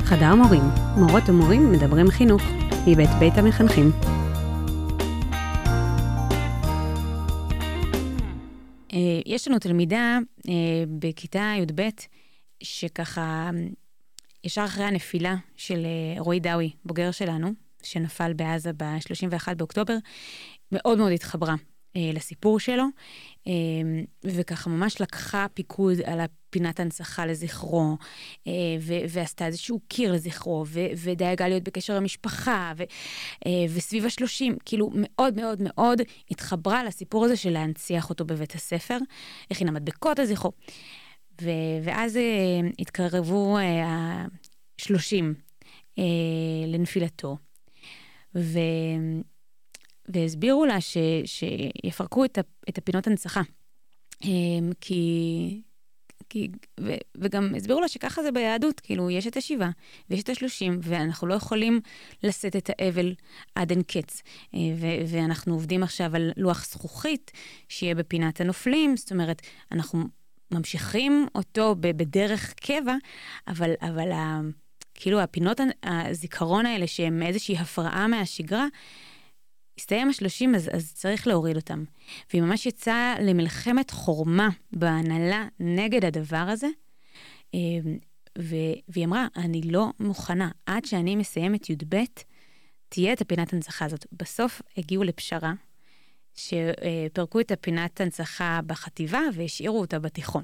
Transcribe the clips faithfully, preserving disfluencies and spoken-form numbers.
חדר מורים, מורות ומורים מדברים חינוך, מבית בית המחנכים. יש לנו תלמידה בכיתה י' ב' שככה ישר אחרי הנפילה של רועי דאוי, בוגר שלנו, שנפל בעזה ב-שלושים ואחד באוקטובר, מאוד מאוד התחברה לסיפור שלו, וככה ממש לקחה פיקוד על הפינת הנצחה לזכרו, ועשתה איזשהו קיר לזכרו, ודאגה להיות בקשר המשפחה, וסביב השלושים, כאילו מאוד מאוד מאוד התחברה לסיפור הזה של להנציח אותו בבית הספר, הכינה מדבקות לזכרו, ואז התקרבו השלושים לנפילתו, ו... והסבירו לה ש, שיפרקו את, ה, את הפינות הנצחה. כי, כי, ו, וגם הסבירו לה שככה זה ביהדות, כאילו יש את השבעה ויש את השלושים, ואנחנו לא יכולים לשאת את האבל עד אין קץ. ו, ואנחנו עובדים עכשיו על לוח זכוכית, שיהיה בפינת הנופלים, זאת אומרת, אנחנו ממשיכים אותו בדרך קבע, אבל, אבל ה, כאילו הפינות הזיכרון האלה, שהם איזושהי הפרעה מהשגרה, הסתיים השלושים, אז, אז צריך להוריד אותם. והיא ממש יצאה למלחמת חורמה בהנהלה נגד הדבר הזה, והיא אמרה, אני לא מוכנה, עד שאני מסיימת י' ב', תהיה את הפינת הנצחה הזאת. בסוף הגיעו לפשרה, שפרקו את הפינת הנצחה בחטיבה, והשאירו אותה בתיכון.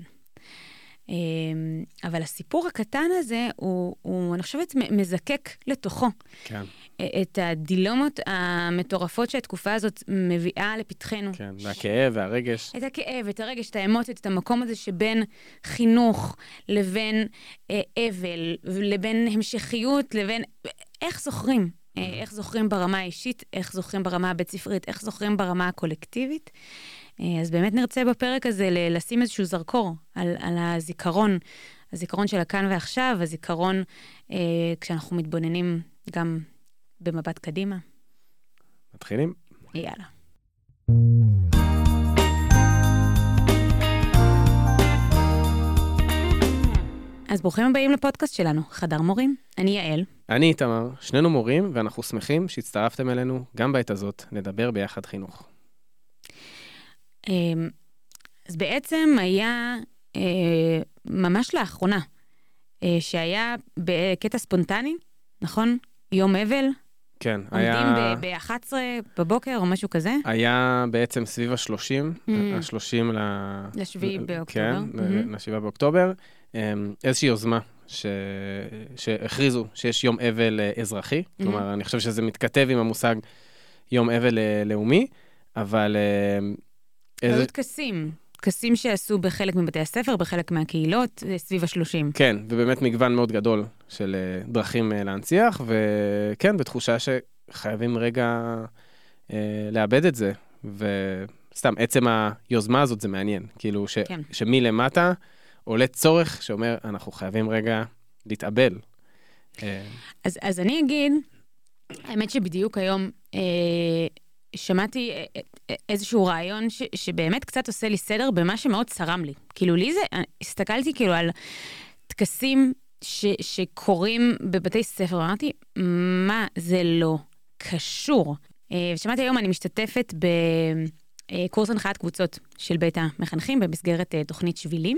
אבל הסיפור הקטן הזה, הוא, הוא אני חושבת, מזקק לתוכו. כן. את הדילומות המטורפות שהתקופה הזאת מביאה לפתחנו. כן, והכאב והרגש. את הכאב, את הרגש, את האמוציות, את המקום הזה שבין חינוך לבין אה, אבל, לבין המשכיות, לבין איך זוכרים. אה, איך זוכרים ברמה האישית, איך זוכרים ברמה הבית ספרית, איך זוכרים ברמה הקולקטיבית. אה, אז באמת נרצה בפרק הזה ל- לשים איזשהו זרקור על, על הזיכרון, הזיכרון של הכאן ועכשיו, הזיכרון אה, כשאנחנו מתבוננים גם במבט קדימה. מתחילים? יאללה. אז ברוכים הבאים לפודקאסט שלנו, חדר מורים. אני יעל. אני איתמר, שנינו מורים, ואנחנו שמחים שהצטרפתם אלינו גם בעת הזאת לדבר ביחד חינוך. אז בעצם היה ממש לאחרונה, שהיה בקטע ספונטני, נכון? יום אבל. כן, היה... עומדים ב-אחת עשרה בבוקר או משהו כזה? היה בעצם סביב ה-שלושים, ה-שלושים ל... לשביעי באוקטובר. כן, לשבעה באוקטובר. איזושהי יוזמה שהכריזו שיש יום אבל אזרחי, כלומר, אני חושב שזה מתכתב עם המושג יום אבל לאומי, אבל... היו טקסים. טקסים שעשו בחלק מבתי הספר, בחלק מהקהילות, סביב השלושים. כן, ובאמת מגוון מאוד גדול של דרכים להנציח, וכן, בתחושה שחייבים רגע אה, לאבד את זה, וסתם, עצם היוזמה הזאת זה מעניין, כאילו ש, כן. שמלמטה עולה צורך שאומר, אנחנו חייבים רגע להתאבל. אז, אז אני אגיד, האמת שבדיוק היום... אה, שמעתי איזשהו רעיון ש, שבאמת קצת עושה לי סדר במה שמאוד צרם לי. כאילו לי זה, הסתכלתי כאילו על טקסים ש, שקורים בבתי ספר, ואמרתי, מה זה לא קשור? ושמעתי היום, אני משתתפת בקורס הנחיית קבוצות של בית המחנכים, במסגרת תוכנית שבילים,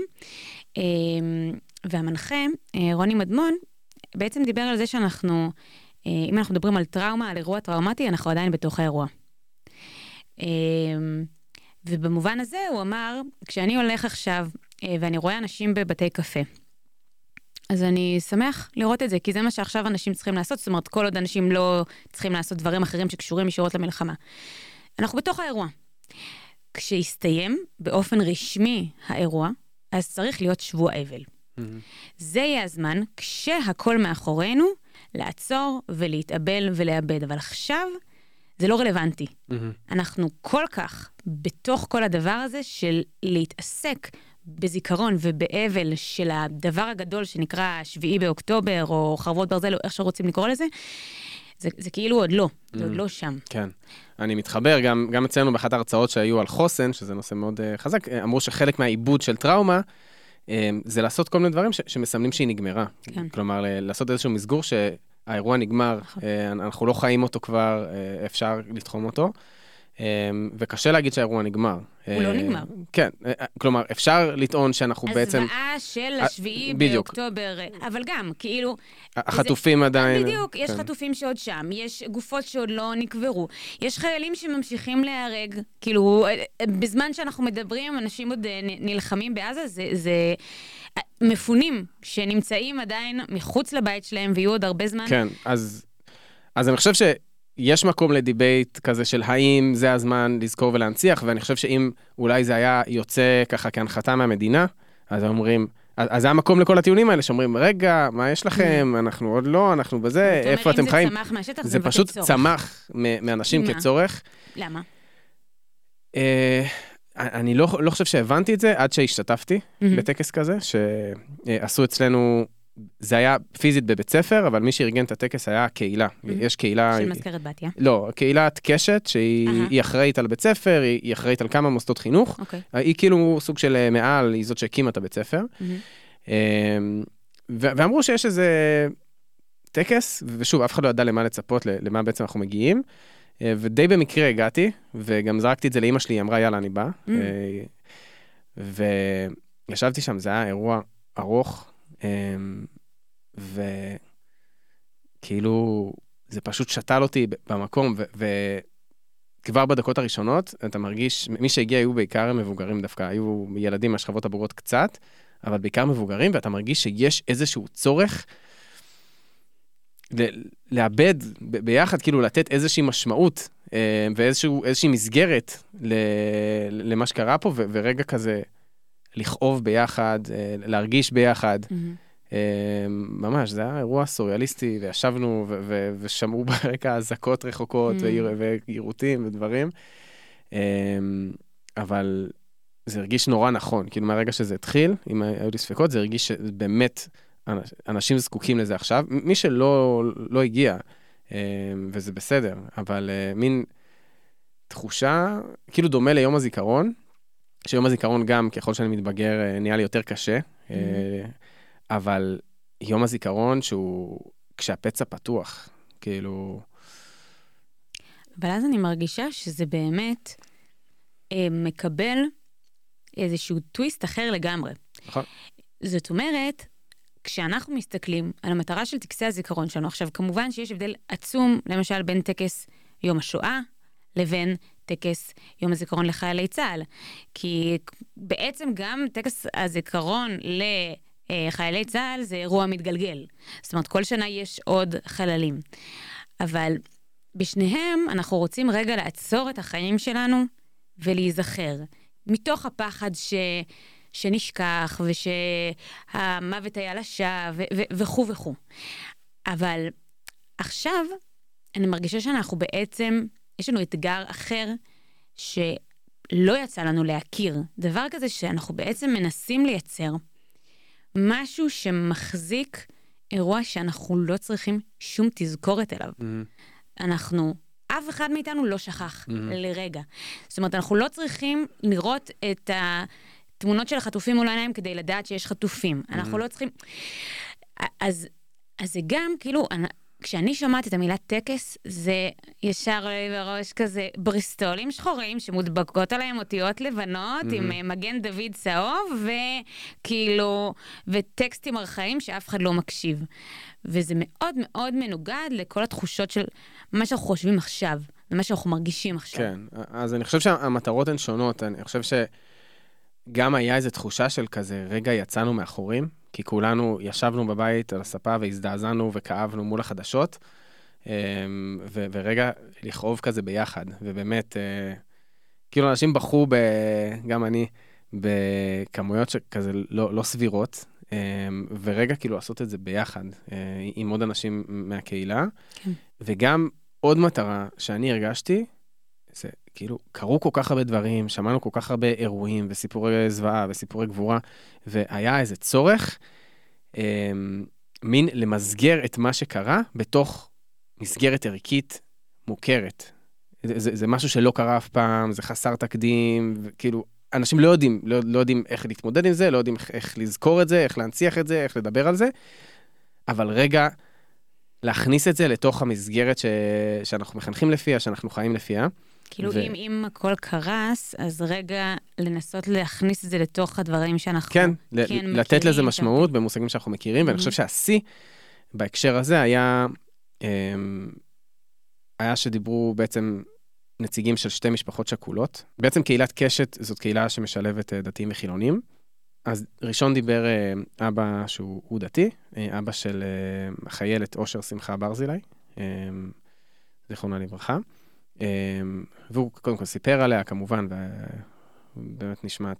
והמנחה, רוני מדמון, בעצם דיבר על זה שאנחנו, אם אנחנו מדברים על טראומה, על אירוע טראומטי, אנחנו עדיין בתוך האירוע. ובמובן הזה הוא אמר, כשאני הולך עכשיו ואני רואה אנשים בבתי קפה, אז אני שמח לראות את זה, כי זה מה שעכשיו אנשים צריכים לעשות, זאת אומרת, כל עוד אנשים לא צריכים לעשות דברים אחרים שקשורים ישירות למלחמה. אנחנו בתוך האירוע. כשיסתיים באופן רשמי האירוע, אז צריך להיות שבוע אבל. Mm-hmm. זה יהיה הזמן, כשהכל מאחורינו, לעצור ולהתאבל ולאבד. אבל עכשיו, זה לא רלוונטי. Mm-hmm. אנחנו כל כך בתוך כל הדבר הזה של להתעסק בזיכרון ובאבל של הדבר הגדול שנקרא שביעי באוקטובר או חרבות ברזל או איך שרוצים לקרוא לזה, זה, זה כאילו עוד לא, זה mm-hmm. עוד לא שם. כן, אני מתחבר, גם, גם אצלנו באחת ההרצאות שהיו על חוסן, שזה נושא מאוד uh, חזק, אמרו שחלק מהעיבוד של טראומה, זה לעשות כל מיני דברים ש- שמסמנים שהיא נגמרה. כן. כלומר, לעשות איזשהו מסגור שהאירוע נגמר, אנחנו לא חיים אותו כבר, אפשר לתחום אותו. וקשה להגיד שהאירוע נגמר. הוא לא נגמר. כן, כלומר, אפשר לטעון שאנחנו בעצם... הזוועה של השביעי באוקטובר, אבל גם, כאילו... החטופים עדיין... בדיוק, יש חטופים שעוד שם, יש גופות שעוד לא נקברו, יש חיילים שממשיכים להיהרג, כאילו, בזמן שאנחנו מדברים, אנשים עוד נלחמים בעזה, זה... מפונים שנמצאים עדיין מחוץ לבית שלהם, ויהיו עוד הרבה זמן. כן, אז אני חושב ש... יש מקום לדיבייט כזה של האם זה הזמן לזכור ולהנציח, ואני חושב שאם אולי זה היה יוצא ככה כהנחתה מהמדינה, אז אומרים, אז זה המקום לכל הטיעונים האלה, שאומרים, רגע, מה יש לכם? אנחנו עוד לא, אנחנו בזה, איפה אתם חיים? אם זה צמח מהשטח, זה פשוט צמח מאנשים כצורך. למה? אני לא חושב שהבנתי את זה עד שהשתתפתי בטקס כזה, שעשו אצלנו... זה היה פיזית בבית ספר, אבל מי שארגן את הטקס היה קהילה. יש קהילה... של מזכרת בתיה? לא, קהילת קשת, שהיא אחראית על בית ספר, היא אחראית על כמה מוסדות חינוך. היא כאילו סוג של מעל, היא זאת שהקימה את הבית ספר. ואמרו שיש איזה טקס, ושוב, אף אחד לא ידע למה לצפות, למה בעצם אנחנו מגיעים. ודי במקרה הגעתי, וגם זרקתי את זה לאמא שלי, היא אמרה, יאללה, אני בא. וישבתי שם, זה היה אירוע ארוך, וכאילו זה פשוט שתל אותי במקום, וכבר בדקות הראשונות אתה מרגיש, מי שהגיע היו בעיקר מבוגרים דווקא, היו ילדים מהשכבות הבוגרות קצת, אבל בעיקר מבוגרים, ואתה מרגיש שיש איזשהו צורך לאבד ביחד, כאילו לתת איזושהי משמעות, ואיזושהי מסגרת למה שקרה פה, ורגע כזה לכאוב ביחד, להרגיש ביחד. ממש, זה היה אירוע סוריאליסטי, וישבנו ושמעו ברקע הזקות רחוקות, ויירוטים ודברים. אבל זה הרגיש נורא נכון, כאילו מהרגע שזה התחיל, אם היו לי ספקות, זה הרגיש שבאמת אנשים זקוקים לזה עכשיו. מי שלא לא הגיע, וזה בסדר, אבל מין תחושה, כאילו דומה ליום הזיכרון, שיום הזיכרון גם, ככל שאני מתבגר, נהיה לי יותר קשה, אבל יום הזיכרון שהוא, כשהפצע פתוח, כאילו... אבל אז אני מרגישה שזה באמת מקבל איזשהו טוויסט אחר לגמרי. נכון. זאת אומרת, כשאנחנו מסתכלים על המטרה של טקסי הזיכרון שלנו, עכשיו כמובן שיש הבדל עצום, למשל בין טקס יום השואה, לבין טקס יום הזיכרון לחיילי צה"ל. כי בעצם גם טקס הזיכרון לחיילי צה"ל זה אירוע מתגלגל. זאת אומרת, כל שנה יש עוד חללים. אבל בשניהם אנחנו רוצים רגע לעצור את החיים שלנו ולהיזכר. מתוך הפחד ש... שנשכח ושהמוות היה לשווא ו... וכו' וכו'. אבל עכשיו אני מרגישה שאנחנו בעצם... יש לנו אתגר אחר שלא יצא לנו להכיר. דבר כזה שאנחנו בעצם מנסים לייצר משהו שמחזיק אירוע שאנחנו לא צריכים שום תזכורת אליו. Mm-hmm. אנחנו, אף אחד מאיתנו לא שכח mm-hmm. לרגע. זאת אומרת, אנחנו לא צריכים לראות את התמונות של החטופים מול העיניים כדי לדעת שיש חטופים. Mm-hmm. אנחנו לא צריכים... אז, אז זה גם, כאילו... כשאני שומעת את המילה טקס, זה ישר לי בראש כזה בריסטולים שחורים שמודבקות עליהם אותיות לבנות mm-hmm. עם מגן דוד צהוב וכאילו, וטקסטים ארכאיים שאף אחד לא מקשיב. וזה מאוד מאוד מנוגד לכל התחושות של מה שאנחנו חושבים עכשיו, ומה שאנחנו מרגישים עכשיו. כן, אז אני חושב שהמטרות הן שונות. אני חושב שגם היה איזו תחושה של כזה, רגע יצאנו מאחורים, כי כולנו ישבנו בבית על הספה והזדעזענו וכאבנו מול החדשות, ו- ורגע לכאוב כזה ביחד, ובאמת, כאילו אנשים בחו, ב- גם אני, בכמויות שכזה לא, לא סבירות, ורגע כאילו לעשות את זה ביחד, עם עוד אנשים מהקהילה, כן. וגם עוד מטרה שאני הרגשתי, זה כאילו, קרו כל כך הרבה דברים, שמענו כל כך הרבה אירועים, וסיפורי זוועה, וסיפורי גבורה, והיה איזה צורך, אה, מין למסגר את מה שקרה, בתוך מסגרת ערכית מוכרת. זה, זה, זה משהו שלא קרה אף פעם, זה חסר תקדים, וכאילו, אנשים לא יודעים, לא, לא יודעים איך להתמודד עם זה, לא יודעים איך, איך לזכור את זה, איך להנציח את זה, איך לדבר על זה, אבל רגע, להכניס את זה לתוך המסגרת ש... שאנחנו מחנכים לפיה, שאנחנו חיים לפיה. כאילו ו... אם, אם הכל קרס, אז רגע לנסות להכניס את זה לתוך הדברים שאנחנו כן, כן מכירים. לתת לזה משמעות במושגים שאנחנו מכירים, mm-hmm. ואני חושב שהשיא בהקשר הזה היה, היה שדיברו בעצם נציגים של שתי משפחות שכולות. בעצם קהילת קשת זאת קהילה שמשלבת דתיים וחילונים. אז ראשון דיבר אבא שהוא דתי, אבא של החיילת אושר שמחה ברזילי, זיכרונה לברכה. והוא קודם כל סיפר עליה כמובן, ובאמת נשמעת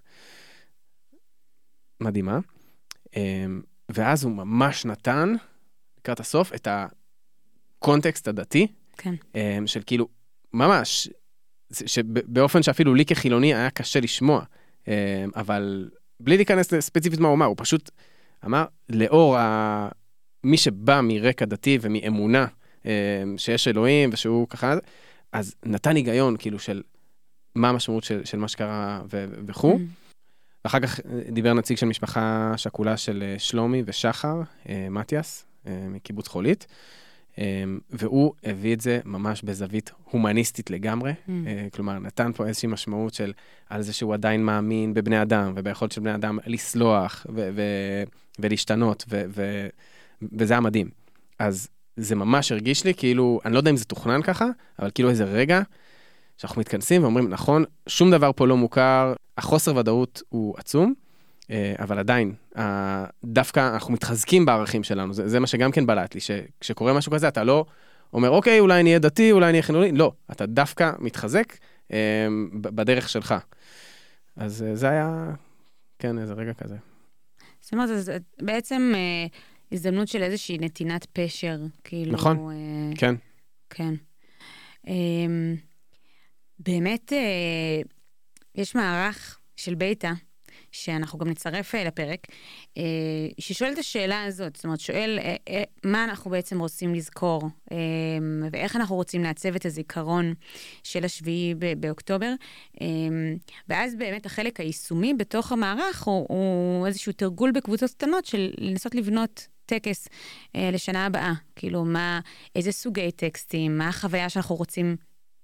מדהימה. ואז הוא ממש נתן, לקראת הסוף, את הקונטקסט הדתי, כן. של כאילו, ממש, שבאופן שאפילו לי כחילוני היה קשה לשמוע, אבל בלי להיכנס ספציפית מה הוא אמר, הוא פשוט אמר, לאור ה... מי שבא מרקע דתי ומאמונה, שיש אלוהים ושהוא ככה, אז נתן היגיון כאילו של מה המשמעות של, של מה שקרה ו... וכו'. ואחר כך דיבר נציג של משפחה שכולה של שלומי ושחר, מתיאס, מקיבוץ חולית, והוא הביא את זה ממש בזווית הומניסטית לגמרי, כלומר נתן פה איזושהי משמעות של על זה שהוא עדיין מאמין בבני אדם, וביכולת של בני אדם לסלוח ו- ו- ולהשתנות, ו- ו- וזה היה מדהים. אז זה ממש הרגיש לי, כאילו, אני לא יודע אם זה תוכנן ככה, אבל כאילו איזה רגע שאנחנו מתכנסים ואומרים, נכון, שום דבר פה לא מוכר, החוסר ודאות הוא עצום, אבל עדיין, דווקא אנחנו מתחזקים בערכים שלנו, זה, זה מה שגם כן בלט לי, שכשקורה משהו כזה, אתה לא אומר, אוקיי, אולי נהיה דתי, אולי נהיה חילוני, לא, אתה דווקא מתחזק בדרך שלך. אז זה היה, כן, איזה רגע כזה. זאת אומרת, זה בעצם הזדמנות של איזושהי נתינת פשר, כאילו... נכון, כן. כן. באמת, יש מערך של ביתה, שאנחנו גם נצרף לפרק, ששואל את השאלה הזאת, זאת אומרת, שואל מה אנחנו בעצם רוצים לזכור, ואיך אנחנו רוצים לעצב את הזיכרון של השביעי באוקטובר, ואז באמת החלק היישומי בתוך המערך הוא, הוא איזשהו תרגול בקבוצות קטנות של לנסות לבנות טקס לשנה הבאה, כאילו מה, איזה סוגי טקסטים, מה החוויה שאנחנו רוצים,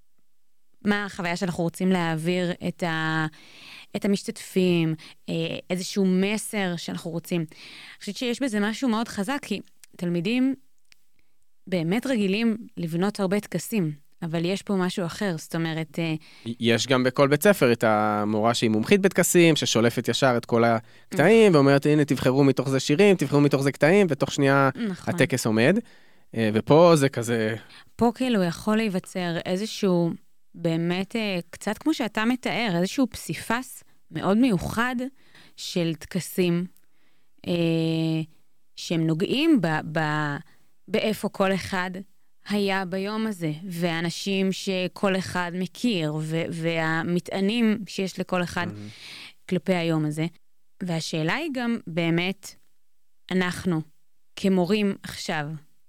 מה החוויה שאנחנו רוצים להעביר את ה... את המשתתפים, איזשהו מסר שאנחנו רוצים. אני חושבת שיש בזה משהו מאוד חזק, כי תלמידים באמת רגילים לבנות הרבה טקסים, אבל יש פה משהו אחר, זאת אומרת... יש גם בכל בית ספר את המורה שהיא מומחית בטקסים, ששולפת ישר את כל הקטעים, ואומרת, הנה, תבחרו מתוך זה שירים, תבחרו מתוך זה קטעים, ותוך שנייה נכון. הטקס עומד. ופה זה כזה... פה כאילו יכול להיווצר איזשהו... באמת, קצת כמו שאתה מתאר, איזשהו פסיפס מאוד מיוחד של טקסים, אה, שהם נוגעים ב, ב, באיפה כל אחד היה ביום הזה, והאנשים שכל אחד מכיר, ו, והמטענים שיש לכל אחד mm-hmm. כלפי היום הזה. והשאלה היא גם באמת, אנחנו, כמורים עכשיו,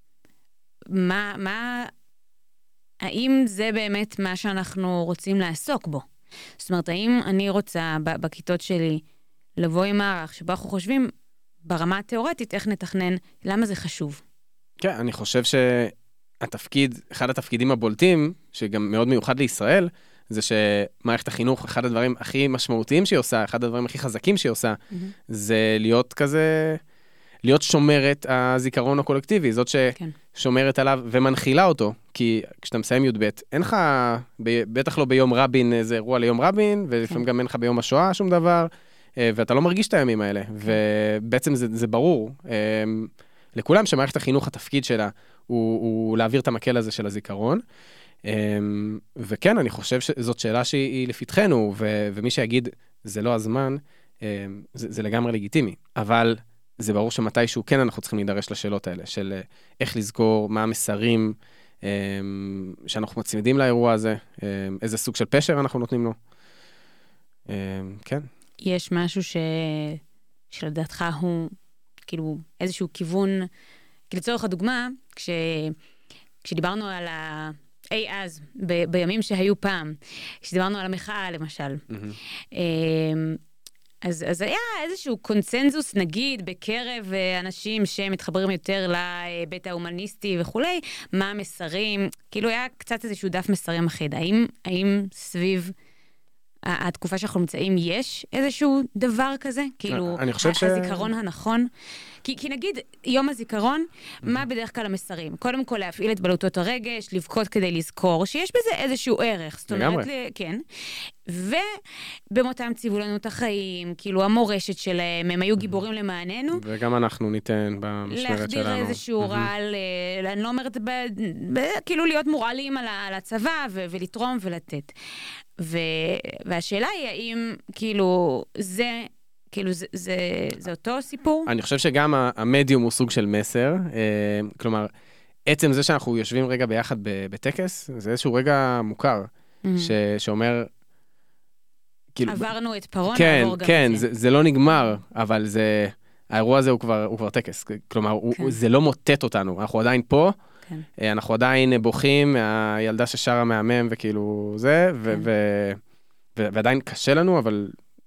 מה... מה האם זה באמת מה שאנחנו רוצים לעסוק בו? זאת אומרת, האם אני רוצה בכיתות שלי לבוא עם מערך שבו אנחנו חושבים ברמה התיאורטית איך נתכנן, למה זה חשוב? כן, אני חושב שהתפקיד, אחד התפקידים הבולטים, שגם מאוד מיוחד לישראל, זה שמערכת החינוך, אחד הדברים הכי משמעותיים שהיא עושה, אחד הדברים הכי חזקים שהיא עושה, mm-hmm. זה להיות כזה... להיות שומרת הזיכרון הקולקטיבי, זאת ששומרת עליו ומנחילה אותו, כי כשאתה מסיים י"ב, אין לך, בטח לא ביום רבין, איזה אירוע ליום רבין, ולפעמים גם אין לך ביום השואה שום דבר, ואתה לא מרגיש את הימים האלה, ובעצם זה, זה ברור לכולם שמערכת החינוך, התפקיד שלה, הוא, הוא להעביר את המקל הזה של הזיכרון, וכן, אני חושב שזאת שאלה שהיא לפתחנו, ומי שיגיד, זה לא הזמן, זה, זה לגמרי לגיטימי, אבל... זה ברור שמתישהו כן אנחנו צריכים להידרש לשאלות האלה, של איך לזכור, מה המסרים שאנחנו מצמידים לאירוע הזה, איזה סוג של פשר אנחנו נותנים לו. כן. יש משהו ש... שלדעתך הוא כאילו איזשהו כיוון, כי לצורך הדוגמה, כש... כשדיברנו על אי אז, ב- בימים שהיו פעם, כשדיברנו על המחאה למשל. Mm-hmm. אז, אז היה איזשהו קונצנזוס, נגיד, בקרב אנשים שמתחברים יותר לבית ההומניסטי וכולי, מה המסרים, כאילו היה קצת איזשהו דף מסרים אחיד. האם, האם סביב התקופה שאנחנו נמצאים יש איזשהו דבר כזה? כאילו, אני חושב ש... הזיכרון הנכון? כי, כי נגיד, יום הזיכרון, מה בדרך כלל המסרים? קודם כל, להפעיל את בלוטות הרגש, לבכות כדי לזכור, שיש בזה איזשהו ערך. זאת אומרת, כן. ובמותם ציוו לנו את החיים, כאילו המורשת שלהם, הם היו גיבורים למעננו. וגם אנחנו ניתן במשמרת שלנו. להחדיר איזשהו רעל, אני לא אומרת, כאילו להיות מורלים על הצבא, ולתרום ולתת. והשאלה היא, האם, כאילו, זה... כאילו, זה, זה, זה אותו סיפור? אני חושב שגם המדיום הוא סוג של מסר. כלומר, עצם זה שאנחנו יושבים רגע ביחד בטקס, זה איזשהו רגע מוכר, ש, שאומר... כאילו, עברנו את פרון, כן, נעבור גם כן, את זה. זה, זה לא נגמר, אבל זה, האירוע הזה הוא כבר, הוא כבר טקס. כלומר, כן. הוא, זה לא מוטט אותנו. אנחנו עדיין פה, כן. אנחנו עדיין בוכים מהילדה ששרה מהמם, וכאילו זה, כן. ו, ו, ו, ועדיין קשה לנו, אבל...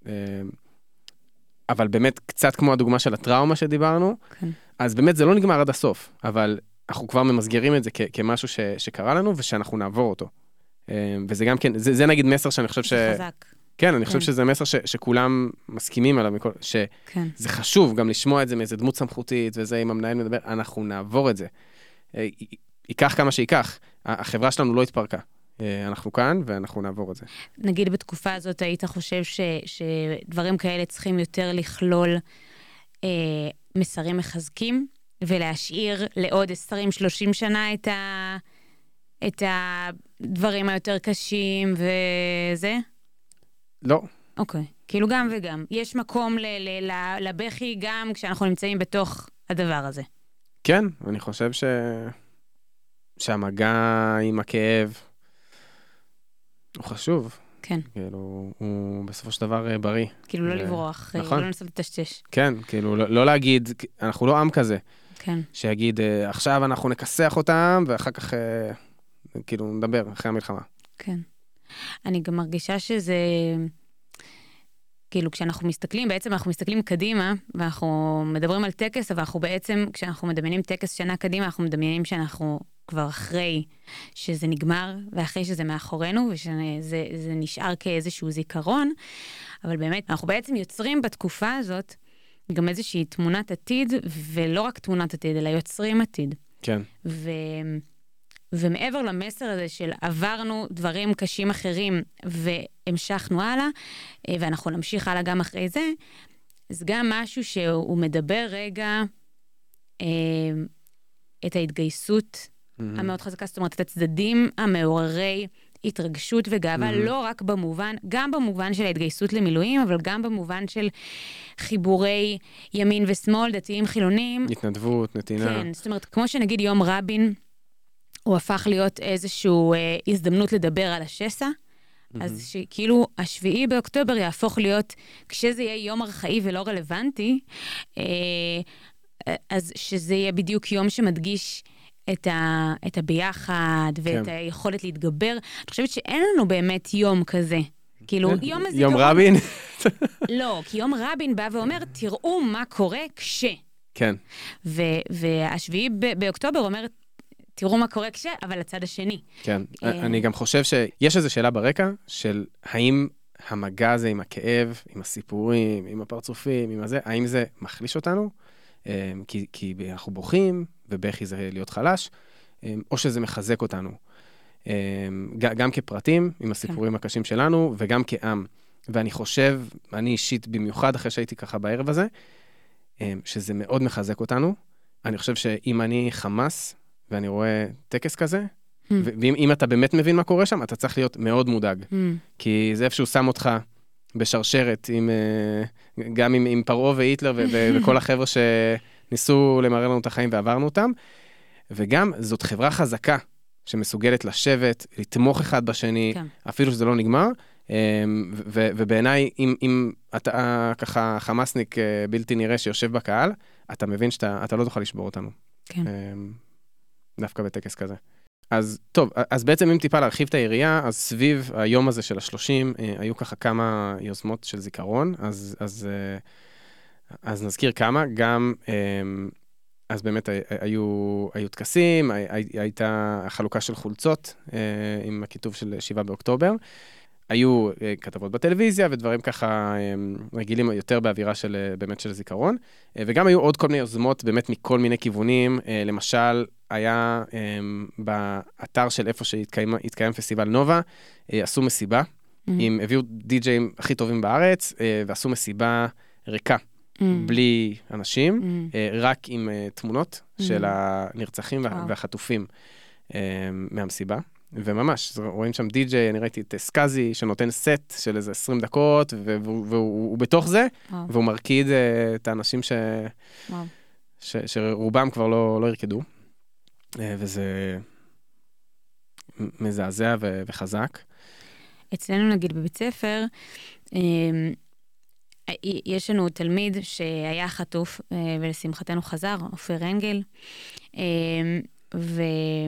אבל באמת קצת כמו הדוגמה של הטראומה שדיברנו, כן. אז באמת זה לא נגמר עד הסוף, אבל אנחנו כבר ממסגרים את זה כ- כמשהו ש- שקרה לנו, ושאנחנו נעבור אותו. וזה גם כן, זה, זה נגיד מסר שאני חושב ש... זה חזק. כן, אני חושב כן. שזה מסר ש- שכולם מסכימים עליו, שזה כן. חשוב גם לשמוע את זה מאיזה דמות סמכותית, וזה אם המנהל מדבר, אנחנו נעבור את זה. ייקח כמה שיקח, החברה שלנו לא התפרקה. אנחנו כאן, ואנחנו נעבור את זה. נגיד בתקופה הזאת, היית חושב ש, שדברים כאלה צריכים יותר לכלול אה, מסרים מחזקים, ולהשאיר לעוד עשרים שלושים שנה את, ה, את הדברים היותר קשים וזה? לא. אוקיי, כאילו גם וגם. יש מקום ל, ל, ל, לבכי גם כשאנחנו נמצאים בתוך הדבר הזה. כן, אני חושב ש... שהמגע עם הכאב, הוא חשוב. כן. כאילו, הוא בסופו של דבר בריא. כאילו לא לברוח, לא לנסות לטשטש. כן, כאילו, לא להגיד, אנחנו לא עם כזה. כן. שיגיד, עכשיו אנחנו נכסח אותם, ואחר כך, כאילו, נדבר אחרי המלחמה. כן. אני גם מרגישה שזה, כאילו, כשאנחנו מסתכלים, בעצם אנחנו מסתכלים קדימה, ואנחנו מדברים על טקס, אבל אנחנו בעצם, כשאנחנו מדמיינים טקס שנה קדימה, אנחנו מדמיינים שאנחנו כבר אחרי שזה נגמר, ואחרי שזה מאחורינו, ושזה זה נשאר כאיזשהו זיכרון, אבל באמת, אנחנו בעצם יוצרים בתקופה הזאת, גם איזושהי תמונת עתיד, ולא רק תמונת עתיד, אלא יוצרים עתיד. כן. ו... ומעבר למסר הזה של עברנו דברים קשים אחרים, והמשכנו הלאה, ואנחנו נמשיך הלאה גם אחרי זה, זה גם משהו שהוא מדבר רגע את ההתגייסות המאוד חזקה, זאת אומרת, את הצדדים המעוררי התרגשות וגאווה, לא רק במובן, גם במובן של ההתגייסות למילואים, אבל גם במובן של חיבורי ימין ושמאל, דתיים חילונים. התנדבות, נתינה. כן, זאת אומרת, כמו שנגיד יום רבין, הוא הפך להיות איזושהי אה, הזדמנות לדבר על השסע, mm-hmm. אז שכאילו השביעי באוקטובר יהפוך להיות, כשזה יהיה יום ארכאי ולא רלוונטי, אה, אז שזה יהיה בדיוק יום שמדגיש את, ה, את הביחד ואת כן. היכולת להתגבר. אני חושבת שאין לנו באמת יום כזה. כאילו, יום הזיכרון... יום רבין? לא, כי יום רבין בא ואומר, תראו מה קורה כש. כן. והשביעי באוקטובר אומר, תראו מה קורה כש, אבל הצד השני. כן, אני גם חושב שיש איזו שאלה ברקע, של האם המגע הזה עם הכאב, עם הסיפורים, עם הפרצופים, עם הזה, האם זה מחליש אותנו? כי, כי אנחנו בוכים, ובכי זה להיות חלש, או שזה מחזק אותנו. גם כפרטים, עם הסיפורים כן. הקשים שלנו, וגם כעם. ואני חושב, אני אישית במיוחד, אחרי שהייתי ככה בערב הזה, שזה מאוד מחזק אותנו. אני חושב שאם אני חמאס, ואני רואה טקס כזה, hmm. ואם אתה באמת מבין מה קורה שם, אתה צריך להיות מאוד מודאג. Hmm. כי זה איפשהו שם אותך בשרשרת, עם, גם עם, עם פרעה והיטלר ו- ו- וכל החבר'ה שניסו למרר לנו את החיים ועברנו אותם. וגם זאת חברה חזקה, שמסוגלת לשבת, לתמוך אחד בשני, כן. אפילו שזה לא נגמר. ו- ובעיניי, אם, אם אתה ככה חמאסניק בלתי נראה שיושב בקהל, אתה מבין שאתה אתה לא תוכל לשבור אותנו. כן. דווקא בטקס כזה. אז טוב, אז בעצם אם טיפה להרחיב את העירייה, אז סביב היום הזה של השלושים, היו ככה כמה יוזמות של זיכרון, אז, אז, אז נזכיר כמה, גם, אז באמת היו, היו תקסים, הייתה החלוקה של חולצות עם הכיתוב של שבעה באוקטובר, היו כתבות בטלוויזיה ודברים ככה רגילים יותר באווירה של באמת של זיכרון, וגם היו עוד כל מיני יוזמות באמת מכל מיני כיוונים, למשל היה באתר של איפה שהתקיים פסטיבל נובה, עשו מסיבה, הם הביאו די-ג'יים הכי טובים בארץ, ועשו מסיבה ריקה, בלי אנשים, רק עם תמונות של הנרצחים והחטופים מהמסיבה. וממש, רואים שם די-ג'יי, אני ראיתי את סקאזי, שנותן סט של איזה עשרים דקות, והוא בתוך זה, והוא מרקיד את האנשים שרובם כבר לא ירקדו, וזה מזעזע וחזק. אצלנו נגיד בבית ספר, יש לנו תלמיד שהיה חטוף, ולשמחתנו חזר, אופיר רנגל, ו...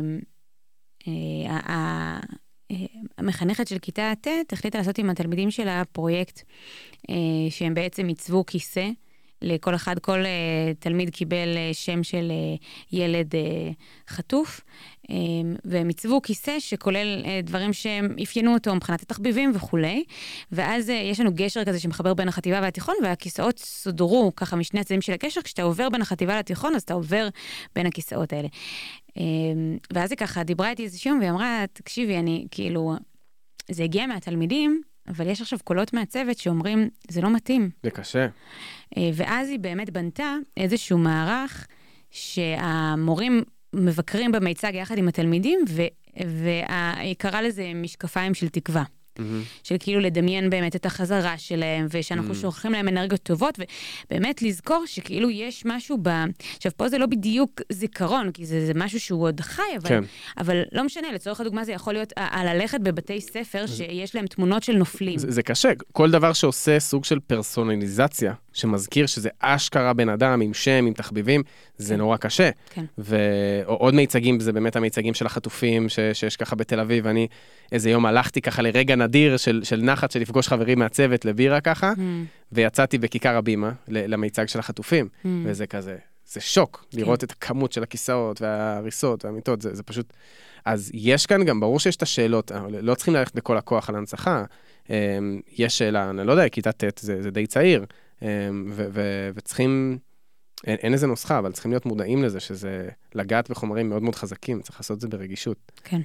המחנכת של כיתה ט' החליטה לעשות עם התלמידים שלה פרויקט שהם בעצם עיצבו כיסא לכל אחד, כל תלמיד קיבל שם של ילד חטוף, והם עיצבו כיסא שכולל דברים שהם אפיינו אותו מבחינת התחביבים וכולי, ואז יש לנו גשר כזה שמחבר בין החטיבה והתיכון, והכיסאות סודרו ככה משני הצדדים של הקשר, כשאתה עובר בין החטיבה לתיכון, אז אתה עובר בין הכיסאות האלה. ואז היא ככה דיברה איתי איזה שיום, והיא אמרה, תקשיבי, אני כאילו, זה הגיע מהתלמידים, אבל יש עכשיו קולות מהצוות שאומרים, זה לא מתאים. זה קשה. ואז היא באמת בנתה איזשהו מערך שהמורים מבקרים במיצג יחד עם התלמידים, והיא קראה לזה משקפיים של תקווה. של כאילו לדמיין באמת את החזרה שלהם, ושאנחנו שוכחים להם אנרגיות טובות, ובאמת לזכור שכאילו יש משהו ב... עכשיו, פה זה לא בדיוק זיכרון, כי זה, זה משהו שהוא עוד חי, אבל, כן. אבל לא משנה, לצורך הדוגמה זה יכול להיות על ללכת בבתי ספר שיש להם תמונות של נופלים. זה, זה קשה. כל דבר שעושה סוג של פרסונליזציה, שמזכיר שזה אשכרה בן אדם עם שם, עם תחביבים, זה כן. נורא קשה. כן. ועוד מיצגים, זה באמת המיצגים של החטופים, ש, שיש ככה בתל אביב, ואני איזה יום הלכתי ככה לרגע נדיר של, של נחת, של לפגוש חברים מהצוות לבירה ככה, mm. ויצאתי בכיכר הבימה למיצג של החטופים, mm. וזה כזה, זה שוק, כן. לראות את הכמות של הכיסאות וההריסות והמיטות, זה, זה פשוט... אז יש כאן גם, ברור שיש את השאלות, לא צריכים ללכת בכל הכוח על ההנצחה, יש שאלה, אני לא יודע, כיתה ט' זה, זה די צעיר, ו- ו- וצריכים, אין, אין איזה נוסחה, אבל צריכים להיות מודעים לזה, שזה לגעת בחומרים מאוד מאוד חזקים, צריך לעשות את זה ברגישות. כן.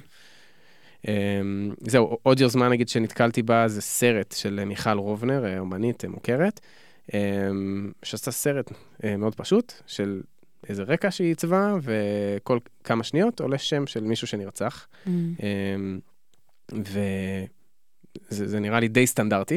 זהו, עוד יוזמה נגיד שנתקלתי בה, זה סרט של מיכל רובנר, אומנית מוכרת, שעשתה סרט מאוד פשוט, של איזה רקע שהיא עיצבה, וכל כמה שניות עולה שם של מישהו שנרצח, mm. וזה זה נראה לי די סטנדרטי,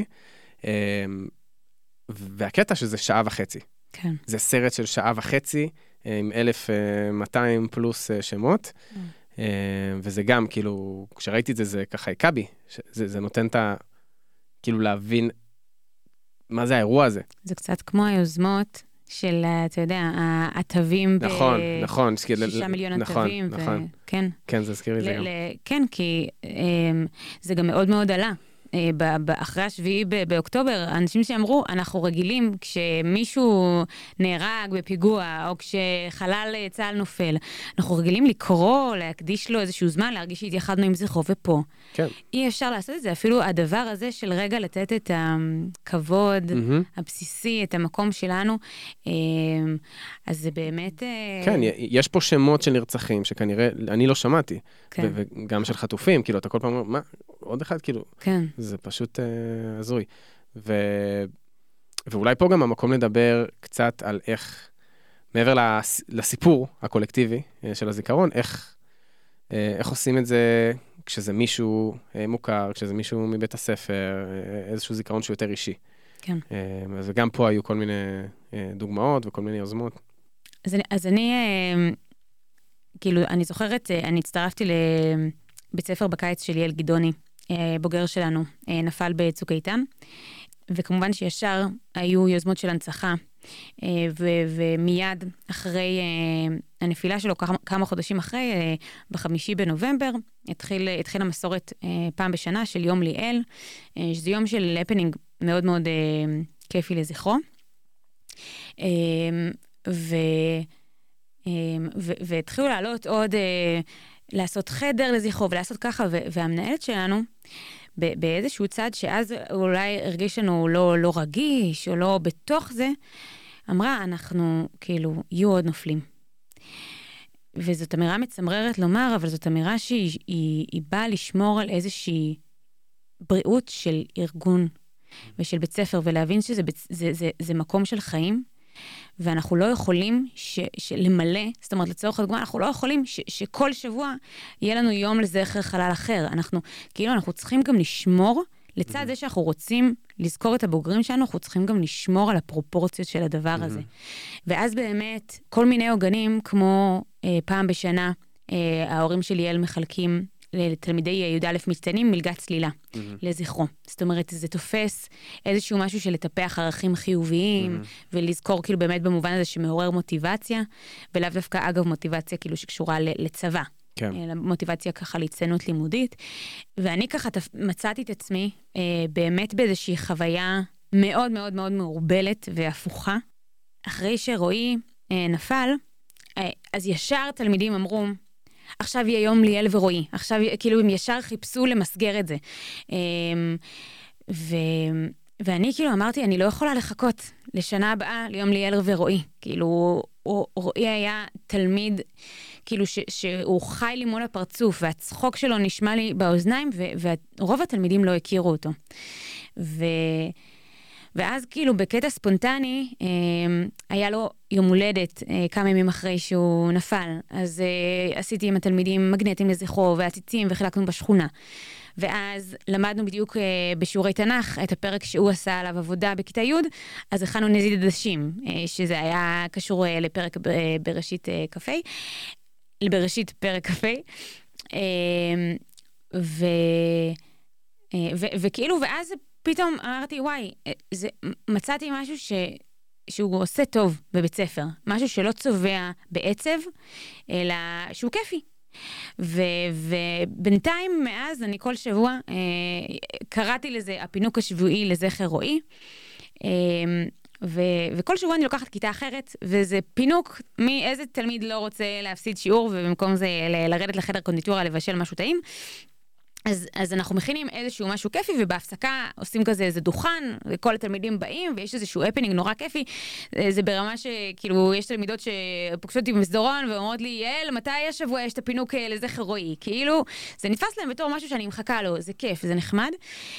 והקטע שזה שעה וחצי. כן. זה סרט של שעה וחצי, עם אלף מאתיים פלוס שמות, mm. וזה גם, כאילו, כשראיתי את זה, זה ככה הקבי, זה, זה נותן את ה... כאילו להבין מה זה האירוע הזה. זה קצת כמו היוזמות של, אתה יודע, התווים נכון, ב... נכון. שישה מיליון התווים. נכון, נכון. כן. כן, זה הזכיר לי זה גם. כן, כי זה גם מאוד מאוד עלה. אחרי השביעי באוקטובר, אנשים שאמרו, אנחנו רגילים כשמישהו נהרג בפיגוע, או כשחלל צהל נופל, אנחנו רגילים לקרוא, להקדיש לו איזשהו זמן, להרגיש שהתייחדנו עם זכרו, ופה. כן. אי אפשר לעשות את זה, אפילו הדבר הזה של רגע לתת את הכבוד הבסיסי, את המקום שלנו, אז זה באמת... כן, יש פה שמות של נרצחים, שכנראה, אני לא שמעתי, וגם של חטופים, כאילו, אתה כל פעם אומר, מה? עוד אחד, כאילו... כן. זה פשוט אה, הזוי. ו... ואולי פה גם המקום לדבר קצת על איך, מעבר לס... לסיפור הקולקטיבי אה, של הזיכרון, איך, אה, איך עושים את זה כשזה מישהו אה, מוכר, כשזה מישהו מבית הספר, אה, איזשהו זיכרון שהוא יותר אישי. כן. אה, אז גם פה היו כל מיני אה, דוגמאות וכל מיני יוזמות. אז אני, אז אני אה, כאילו, אני זוכרת, אה, אני הצטרפתי לבית ספר בקיץ של ליאל גדעוני, בוגר שלנו, נפל בצוק איתן, וכמובן שישר היו יוזמות של הנצחה, ומיד אחרי הנפילה שלו, כמה חודשים אחרי, בחמישי בנובמבר, התחילה מסורת פעם בשנה של יום ליאל, שזה יום של הפנינג מאוד מאוד כיפי לזכרו. והתחילו לעלות עוד, לעשות חדר לזכרו ולעשות ככה, והמנהלת שלנו, באיזשהו צד שאז אולי הרגיש לנו לא, לא רגיש או לא בתוך זה, אמרה, אנחנו כאילו יהיו עוד נופלים. וזאת אמירה מצמררת לומר, אבל זאת אמירה שהיא היא, היא באה לשמור על איזושהי בריאות של ארגון ושל בית ספר, ולהבין שזה זה, זה, זה מקום של חיים, ואנחנו לא יכולים ש, למלא, זאת אומרת, לצורך הדוגמה, אנחנו לא יכולים ש, שכל שבוע יהיה לנו יום לזכר חלל אחר. אנחנו, כאילו, אנחנו צריכים גם לשמור, לצד זה שאנחנו רוצים לזכור את הבוגרים שלנו, אנחנו צריכים גם לשמור על הפרופורציות של הדבר הזה. ואז באמת, כל מיני עוגנים, כמו אה, פעם בשנה, אה, ההורים של ליאל מחלקים לתלמידי י"א מצטיינים מלגת צלילה mm-hmm. לזכרו. זאת אומרת, זה תופס איזשהו משהו של לטפח ערכים חיוביים, mm-hmm. ולזכור כאילו באמת במובן הזה שמעורר מוטיבציה, ולאו דווקא אגב מוטיבציה כאילו שקשורה לצבא. כן. מוטיבציה ככה להצטיינות לימודית. ואני ככה מצאתי את עצמי אה, באמת באיזושהי חוויה מאוד מאוד מאוד מעורבלת והפוכה. אחרי שרועי אה, נפל, אה, אז ישר תלמידים אמרו, עכשיו יהיה יום ליאל ורועי. עכשיו, כאילו, הם ישר חיפשו למסגר את זה. ו... ואני כאילו אמרתי, אני לא יכולה לחכות לשנה הבאה ליום ליאל ורועי. כאילו, רועי היה תלמיד, כאילו, ש... שהוא חי לי מול הפרצוף, והצחוק שלו נשמע לי באוזניים, ו... ורוב התלמידים לא הכירו אותו. ו... ואז כאילו בקטע ספונטני, אה, היה לו יום הולדת אה, כמה ימים אחרי שהוא נפל. אז אה, עשיתי עם התלמידים מגנטים לזכרו ועציצים וחילקנו בשכונה. ואז למדנו בדיוק אה, בשיעורי תנ"ך את הפרק שהוא עשה עליו עבודה בכיתה י', אז הכנו נזיד עדשים, אה, שזה היה קשור אה, לפרק ב, אה, בראשית אה, קפה, בראשית פרק קפה. אה, ו, אה, ו, וכאילו, ואז פתאום אמרתי, וואי, זה, מצאתי משהו ש, שהוא עושה טוב בבית ספר. משהו שלא צובע בעצב, אלא שהוא כיפי. ו, ובינתיים, מאז, אני כל שבוע אה, קראתי לזה הפינוק השבועי לזכר רועי. אה, ו, וכל שבוע אני לוקחת כיתה אחרת, וזה פינוק מאיזה תלמיד לא רוצה להפסיד שיעור, ובמקום זה ל, לרדת לחדר קונדיטוריה, לבשל משהו טעים. אז, אז אנחנו מכינים איזשהו משהו כיפי, ובהפסקה עושים כזה איזה דוכן, וכל התלמידים באים, ויש איזשהו הפנינג נורא כיפי. זה ברמה שכאילו, יש תלמידות שפוגשות אותי במסדרון, ואומרות לי, יעל, מתי השבוע יש את הפינוק לזכר רועי? כאילו, זה נתפס להם בתור משהו שאני מחכה לו, זה כיף, זה נחמד.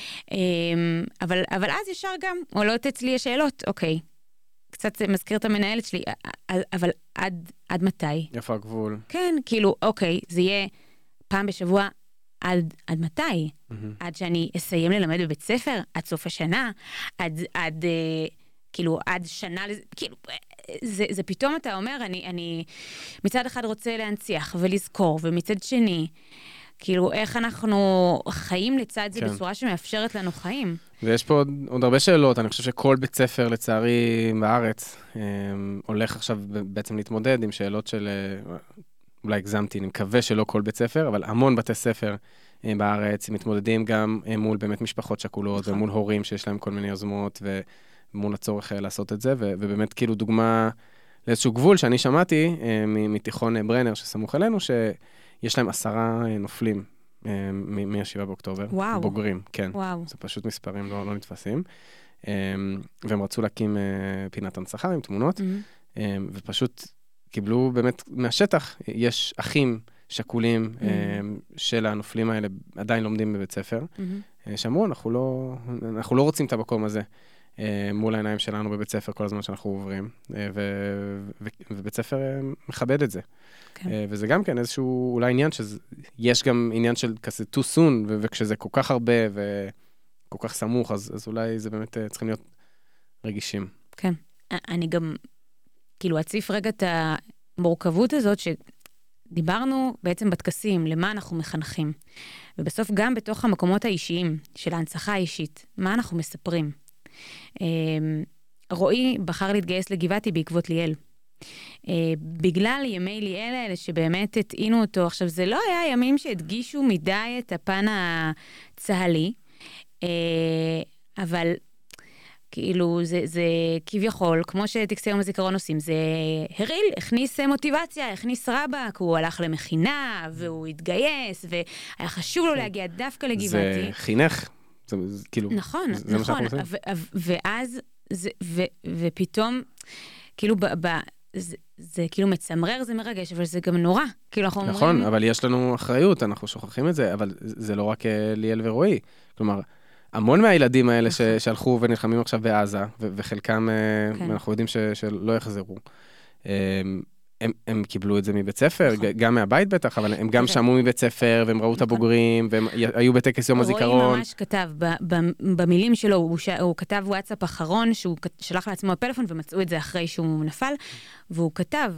אבל, אבל אז ישר גם, עולות אצלי השאלות, אוקיי, קצת מזכיר את המנהלת שלי, אבל עד, עד מתי? איפה הגבול? כן, כאילו, אוקיי, זה יהיה פעם בשבוע, עד, עד מתי? Mm-hmm. עד שאני אסיים ללמד בבית ספר? עד סוף השנה? עד, עד, אה, כאילו, עד שנה, כאילו, זה, זה פתאום אתה אומר, אני, אני מצד אחד רוצה להנציח ולזכור, ומצד שני, כאילו, איך אנחנו חיים לצד זה כן. בצורה שמאפשרת לנו חיים. ויש פה עוד, עוד הרבה שאלות, אני חושב שכל בית ספר, לצערי, בארץ, אה, הולך עכשיו בעצם להתמודד עם שאלות של... אה, אולי הגזמתי, אני מקווה שלא כל בית ספר, אבל המון בתי ספר בארץ מתמודדים גם מול באמת משפחות שכולות, ומול הורים שיש להם כל מיני יוזמות, ומול הצורך לעשות את זה, ובאמת כאילו דוגמה לאיזשהו גבול שאני שמעתי מתיכון ברנר שסמוך אלינו, שיש להם עשרה נופלים מ-שבעה באוקטובר. וואו. בוגרים, כן. וואו. זה פשוט מספרים לא, לא נתפסים. והם רצו להקים פינת הנצחה עם תמונות, ופשוט... קיבלו באמת מהשטח, יש אחים שכולים mm-hmm. של הנופלים האלה, עדיין לומדים בבית ספר, mm-hmm. שאמרו, אנחנו לא, אנחנו לא רוצים את המקום הזה, מול העיניים שלנו בבית ספר כל הזמן שאנחנו עוברים, ו, ו, ובית ספר מכבד את זה. Okay. וזה גם כן איזשהו אולי עניין, שיש גם עניין של כזה too soon, ו, וכשזה כל כך הרבה וכל כך סמוך, אז, אז אולי זה באמת צריכים להיות רגישים. כן, אני גם... כאילו, הציף רגע את המורכבות הזאת שדיברנו בעצם בטקסים, למה אנחנו מחנכים. ובסוף גם בתוך המקומות האישיים של ההנצחה האישית, מה אנחנו מספרים. רועי בחר להתגייס לגבעתי בעקבות ליאל. Uh, בגלל ימי ליאל האלה שבאמת התאינו אותו, עכשיו זה לא היה ימים שהדגישו מדי את הפן הצהלי, uh, אבל כאילו זה, זה כביכול, כמו שטקסי יום הזיכרון עושים, זה הריל, הכניס מוטיבציה, הכניס רבק, הוא הלך למכינה והוא התגייס, והיה חשוב לו להגיע דווקא לגבעתי. זה חינך, זה, זה כאילו, נכון, זה, זה נכון, ו- ו- ואז, זה, ו- ופתאום, כאילו ב... ב- זה, זה כאילו מצמרר, זה מרגש, אבל זה גם נורא. כאילו אנחנו נכון, אומרים... אבל יש לנו אחריות, אנחנו שוכחים את זה, אבל זה לא רק ליאל ורועי. כלומר, המון מהילדים האלה ש, שהלכו ונלחמים עכשיו בעזה, ו- וחלקם, כן. אנחנו יודעים ש, שלא יחזרו. הם, הם קיבלו את זה מבית ספר, נכון. גם מהבית בטח, אבל הם גם שמעו מבית ספר, והם ראו נכון. את הבוגרים, והם היו בטקס יום הזיכרון. רועי ממש כתב, ב, ב, במילים שלו, הוא, ש, הוא כתב וואטסאפ אחרון, שהוא שלח לעצמו הפלאפון, ומצאו את זה אחרי שהוא נפל, והוא כתב,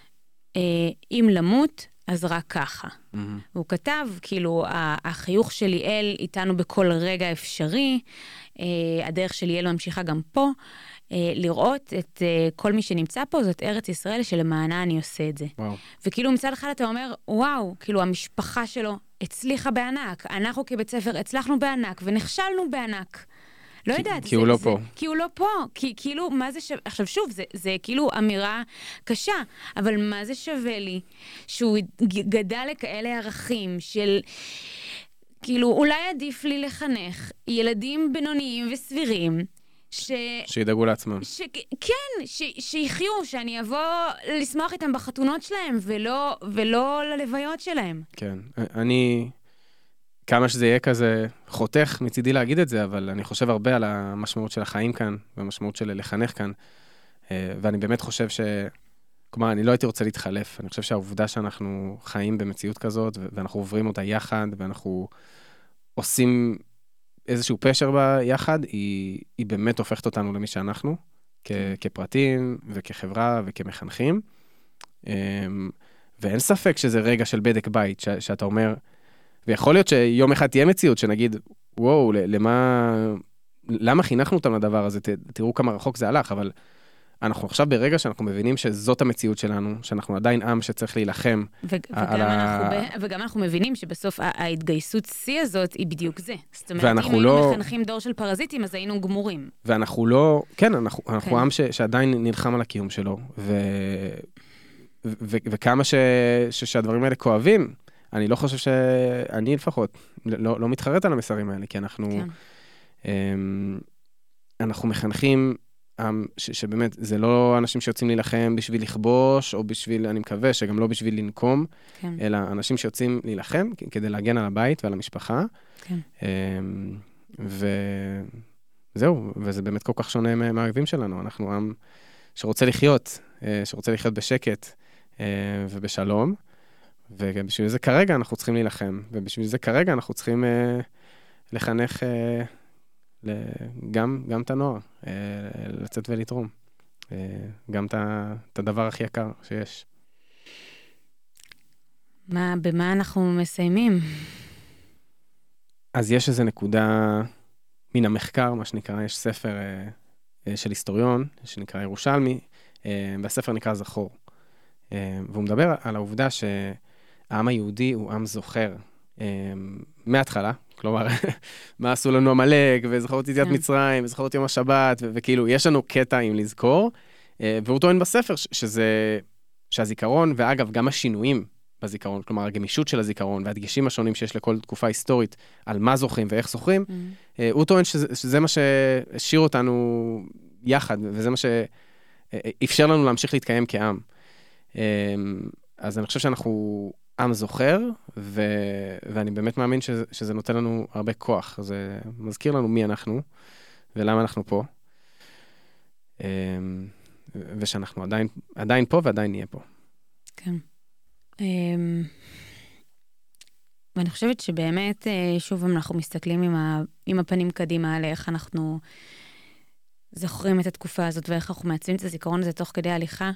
אם למות, אז רק ככה. Mm-hmm. והוא כתב, כאילו, החיוך של ליאל איתנו בכל רגע אפשרי, הדרך של ליאל ממשיכה גם פה, לראות את כל מי שנמצא פה, זאת ארץ ישראל שלמענה אני עושה את זה. וואו. וכאילו מצד אחד אתה אומר, וואו, כאילו המשפחה שלו הצליחה בענק, אנחנו כבית ספר הצלחנו בענק ונכשלנו בענק. לא יודעת. כי הוא לא פה. כי הוא לא פה. כי כאילו, מה זה שווה? עכשיו שוב, זה, זה כאילו אמירה קשה, אבל מה זה שווה לי? שהוא גדל לכאלה ערכים של, כאילו, אולי עדיף לי לחנך ילדים בינוניים וסבירים, ש... שידאגו לעצמם. ש... כן, ש... שיחיו, שאני אבוא לשמוח איתם בחתונות שלהם, ולא, ולא ללוויות שלהם. כן, אני... כמה שזה יהיה כזה חותך מצידי להגיד את זה, אבל אני חושב הרבה על המשמעות של החיים כאן, והמשמעות של לחנך כאן, ואני באמת חושב ש... כלומר, אני לא הייתי רוצה להתחלף, אני חושב שהעובדה שאנחנו חיים במציאות כזאת, ואנחנו עוברים אותה יחד, ואנחנו עושים איזשהו פשר ביחד, היא, היא באמת הופכת אותנו למי שאנחנו, כ... כפרטים, וכחברה, וכמחנכים, ואין ספק שזה רגע של בדק בית, ש... שאתה אומר... ויכול להיות שיום אחד תהיה מציאות שנגיד, וואו, למה, למה חינכנו אותם לדבר הזה? תראו כמה רחוק זה הלך, אבל אנחנו עכשיו ברגע שאנחנו מבינים שזאת המציאות שלנו, שאנחנו עדיין עם שצריך להילחם. ו- וגם, ה... אנחנו ב... וגם אנחנו מבינים שבסוף ההתגייסות שיא הזאת היא בדיוק זה. זאת אומרת, אם היינו לא... מחנכים דור של פרזיטים, אז היינו גמורים. ואנחנו לא, כן, אנחנו, אנחנו כן. עם ש... שעדיין נלחם על הקיום שלו, ו... ו... ו... וכמה ש... ש... שהדברים האלה כואבים, אני לא חושב שאני לפחות, לא, לא מתחרט על המסרים האלה, כי אנחנו, כן. אנחנו מחנכים, ש, שבאמת, זה לא אנשים שיוצאים להילחם בשביל לכבוש, או בשביל, אני מקווה, שגם לא בשביל לנקום, כן. אלא אנשים שיוצאים להילחם, כדי להגן על הבית ועל המשפחה. כן. וזהו, וזה באמת כל כך שונה מהאויבים שלנו. אנחנו עם שרוצה לחיות, שרוצה לחיות בשקט ובשלום, ובשביל זה כרגע אנחנו צריכים להילחם, ובשביל זה כרגע אנחנו צריכים אה, לחנך אה, גם, גם את הנוער, אה, לצאת ולתרום. אה, גם את, את הדבר הכי יקר שיש. מה, במה אנחנו מסיימים? אז יש איזו נקודה מן המחקר, מה שנקרא, יש ספר אה, אה, של היסטוריון, שנקרא ירושלמי, אה, והספר נקרא זכור. אה, והוא מדבר על העובדה ש... העם היהודי הוא עם זוכר, מההתחלה, כלומר, מה עשו לנו המלאק, וזכרות יציאת מצרים, וזכרות יום השבת, וכאילו, יש לנו קטע עם לזכור, והוא טוען בספר שזה, שהזיכרון, ואגב, גם השינויים בזיכרון, כלומר, הגמישות של הזיכרון, והדגשים השונים שיש לכל תקופה היסטורית, על מה זוכרים ואיך זוכרים, הוא טוען שזה מה שהשאיר אותנו יחד, וזה מה שאפשר לנו להמשיך להתקיים כעם. אז אני חושב שאנחנו עם זוכר, ו... ואני באמת מאמין שזה, שזה נותן לנו הרבה כוח. זה מזכיר לנו מי אנחנו, ולמה אנחנו פה. ושאנחנו עדיין, עדיין פה ועדיין נהיה פה. כן. ואני חושבת שבאמת, שוב, אנחנו מסתכלים עם, ה... עם הפנים קדימה על איך אנחנו זוכרים את התקופה הזאת, ואיך אנחנו מעצבים את הזיכרון הזה תוך כדי הליכה.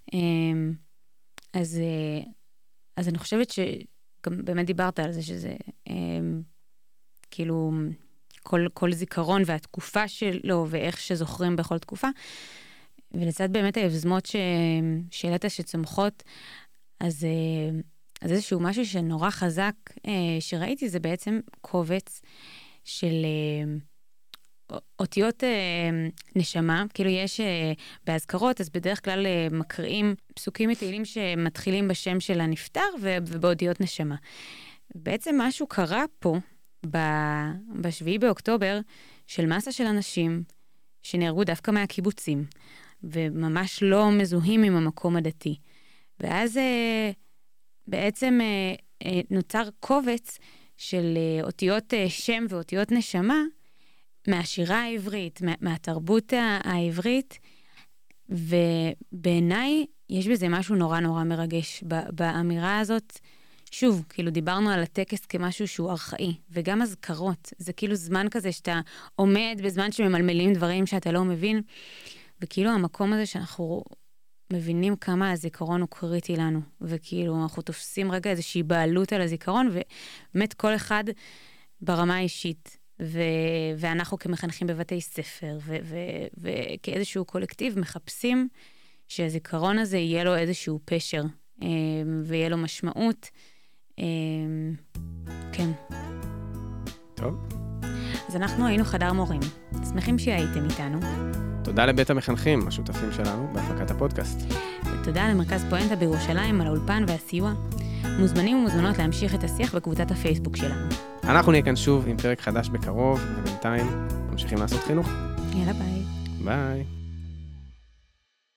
אז... אז אני חושבת שגם באמת דיברת על זה, שזה אה, כאילו כל, כל זיכרון והתקופה שלו, ואיך שזוכרים בכל תקופה. ולצד באמת היוזמות ש... שאלת שצומחות, אז, אז איזשהו משהו שנורא חזק שראיתי, זה בעצם קובץ של אותיות נשמה. כאילו יש בהזכרות, אז בדרך כלל מקריאים פסוקים מתהילים שמתחילים בשם של הנפטר ובאותיות נשמה. בעצם משהו קרה פה, בשביעי באוקטובר, של מסה של אנשים שנהרגו דווקא מהקיבוצים, וממש לא מזוהים עם המקום הדתי. ואז בעצם נוצר קובץ של אותיות שם ואותיות נשמה, מהשירה העברית, מהתרבות העברית, ובעיניי יש בזה משהו נורא נורא מרגש באמירה הזאת. שוב, כאילו דיברנו על הטקס כמשהו שהוא ארכאי, וגם הזכרות, זה כאילו זמן כזה שאתה עומד בזמן שממלמלים דברים שאתה לא מבין, וכאילו המקום הזה שאנחנו מבינים כמה הזיכרון הוא קריטי לנו, וכאילו אנחנו תופסים רגע איזושהי בעלות על הזיכרון, ובאמת כל אחד ברמה האישית, ו- ואנחנו כמחנכים בבתי ספר, ו- ו- וכאיזשהו קולקטיב מחפשים שהזיכרון הזה יהיה לו איזשהו פשר, ויהיה לו משמעות. כן. טוב. אז אנחנו היינו חדר מורים. שמחים שהייתם איתנו. תודה לבית המחנכים, השותפים שלנו, בהפקת הפודקאסט. ותודה למרכז פואנטה בירושלים על האולפן והסיוע. מוזמנים ומוזמנות להמשיך את השיח בקבוצת הפייסבוק שלנו. אנחנו נהיה כאן שוב עם פרק חדש בקרוב, ובינתיים ממשיכים לעשות חינוך. יאללה, ביי. ביי.